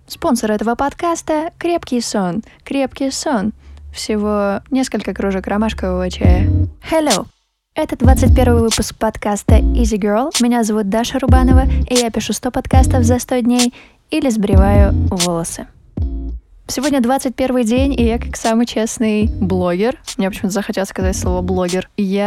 Спонсор этого подкаста — Крепкий сон. Крепкий сон. Всего несколько кружек ромашкового чая. Hello! Это 21 выпуск подкаста Easy Girl. Меня зовут Даша Рубанова, и я пишу 100 подкастов за 100 дней или сбриваю волосы. Сегодня 21 день, и я, как самый честный блогер, мне почему-то захотелось сказать слово «блогер»,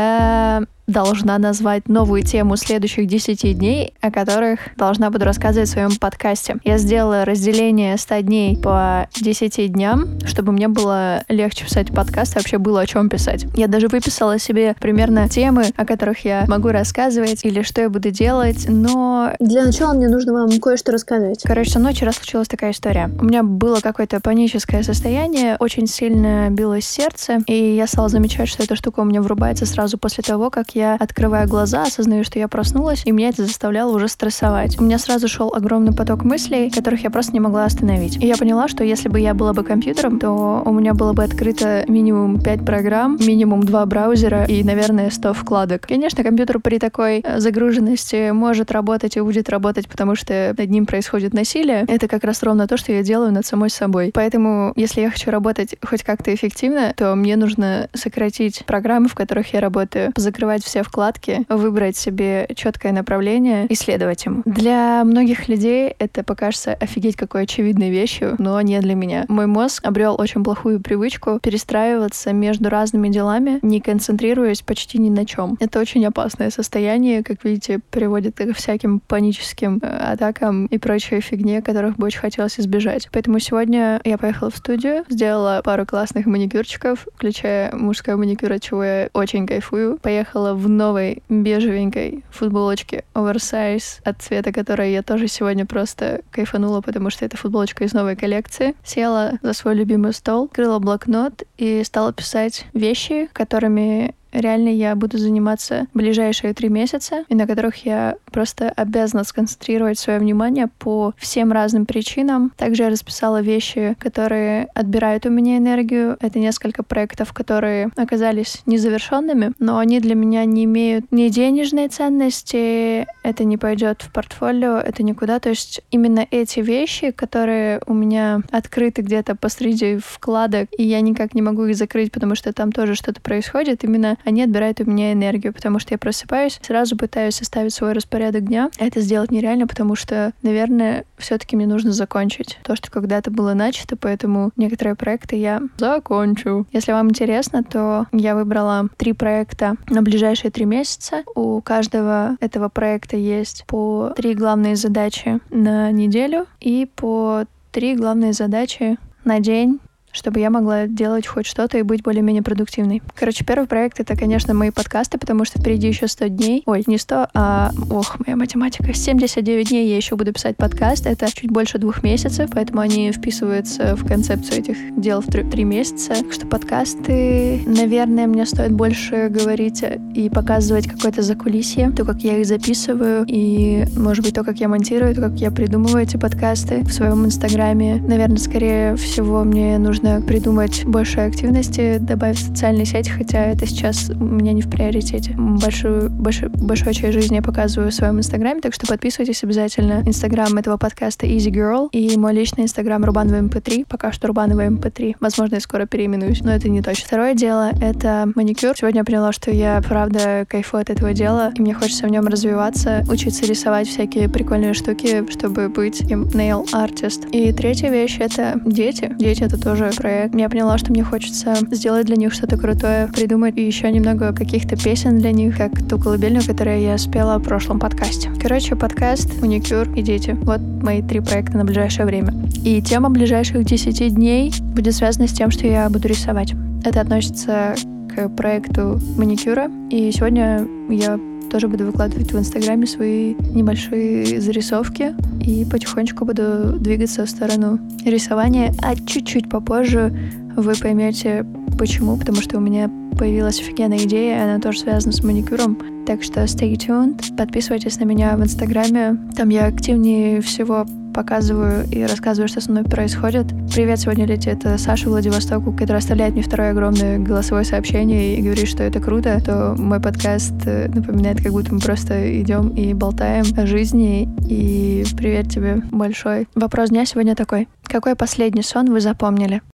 я должна назвать новую тему следующих 10 дней, о которых должна буду рассказывать в своем подкасте. Я сделала разделение 100 дней по 10 дням, чтобы мне было легче писать подкаст, и вообще было о чем писать. Я даже выписала себе примерно темы, о которых я могу рассказывать, или что я буду делать, но... Для начала мне нужно вам кое-что рассказывать. Короче, со мной вчера случилась такая история. У меня было какое-то паническое состояние, очень сильно билось сердце, и я стала замечать, что эта штука у меня врубается сразу после того, как я открываю глаза, осознаю, что я проснулась, и меня это заставляло уже стрессовать. У меня сразу шел огромный поток мыслей, которых я просто не могла остановить. И я поняла, что если бы я была бы компьютером, то у меня было бы открыто минимум 5 программ, минимум 2 браузера и, наверное, 100 вкладок. Конечно, компьютер при такой загруженности может работать и будет работать, потому что над ним происходит насилие. Это как раз ровно то, что я делаю над самой собой. Поэтому, если я хочу работать хоть как-то эффективно, то мне нужно сократить программы, в которых я работаю, закрывать все вкладки, выбрать себе четкое направление и следовать ему. Для многих людей это покажется офигеть какой очевидной вещью, но не для меня. Мой мозг обрел очень плохую привычку перестраиваться между разными делами, не концентрируясь почти ни на чем. Это очень опасное состояние, как видите, приводит к всяким паническим атакам и прочей фигне, которых бы очень хотелось избежать. Поэтому сегодня я поехала в студию, сделала пару классных маникюрчиков, включая мужской маникюр, от чего я очень кайфую. Поехала в новой бежевенькой футболочке оверсайз от цвета, которой я тоже сегодня просто кайфанула, потому что это футболочка из новой коллекции. Села за свой любимый стол, открыла блокнот и стала писать вещи, которыми реально я буду заниматься в ближайшие 3 месяца, и на которых я просто обязана сконцентрировать свое внимание по всем разным причинам. Также я расписала вещи, которые отбирают у меня энергию. Это несколько проектов, которые оказались незавершенными, но они для меня не имеют ни денежной ценности, это не пойдет в портфолио, это никуда. То есть именно эти вещи, которые у меня открыты где-то посреди вкладок, и я никак не могу их закрыть, потому что там тоже что-то происходит, именно они отбирают у меня энергию, потому что я просыпаюсь, сразу пытаюсь составить свой распорядок дня. Это сделать нереально, потому что, наверное, все-таки мне нужно закончить то, что когда-то было начато, поэтому некоторые проекты я закончу. Если вам интересно, то я выбрала 3 проекта на ближайшие 3 месяца. У каждого этого проекта есть по 3 главные задачи на неделю и по 3 главные задачи на день, чтобы я могла делать хоть что-то и быть более-менее продуктивной. Короче, первый проект — это, конечно, мои подкасты, потому что впереди еще 100 дней. Ой, не 100, моя математика. 79 дней я еще буду писать подкаст. Это чуть больше 2 месяцев, поэтому они вписываются в концепцию этих дел в 3 месяца. Так что подкасты, наверное, мне стоит больше говорить и показывать какое-то закулисье, то, как я их записываю, и, может быть, то, как я монтирую, то, как я придумываю эти подкасты в своем инстаграме. Наверное, скорее всего, мне нужно придумать больше активности, добавить в социальные сети, хотя это сейчас у меня не в приоритете. Большую часть жизни я показываю в своем инстаграме, так что подписывайтесь обязательно. Инстаграм этого подкаста Easy Girl и мой личный инстаграм Рубанова MP3. Пока что Рубанова MP3. Возможно, я скоро переименуюсь, но это не точно. Второе дело — это маникюр. Сегодня я поняла, что я правда кайфую от этого дела, и мне хочется в нем развиваться, учиться рисовать всякие прикольные штуки, чтобы быть nail artist. И третья вещь — это дети. Дети — это тоже проект. Я поняла, что мне хочется сделать для них что-то крутое, придумать еще немного каких-то песен для них, как ту колыбельную, которую я спела в прошлом подкасте. Короче, подкаст, маникюр и дети. Вот мои 3 проекта на ближайшее время. И тема ближайших 10 дней будет связана с тем, что я буду рисовать. Это относится к проекту маникюра. И сегодня я тоже буду выкладывать в Инстаграме свои небольшие зарисовки и потихонечку буду двигаться в сторону рисования, а чуть-чуть попозже вы поймете почему, потому что у меня появилась офигенная идея, и она тоже связана с маникюром. Так что stay tuned, подписывайтесь на меня в Инстаграме, там я активнее всего показываю и рассказываю, что со мной происходит. Привет, сегодня летит Саша в Владивостоку, который оставляет мне второе огромное голосовое сообщение и говорит, что это круто, то мой подкаст напоминает, как будто мы просто идем и болтаем о жизни. И привет тебе большой. Вопрос дня сегодня такой. Какой последний сон вы запомнили?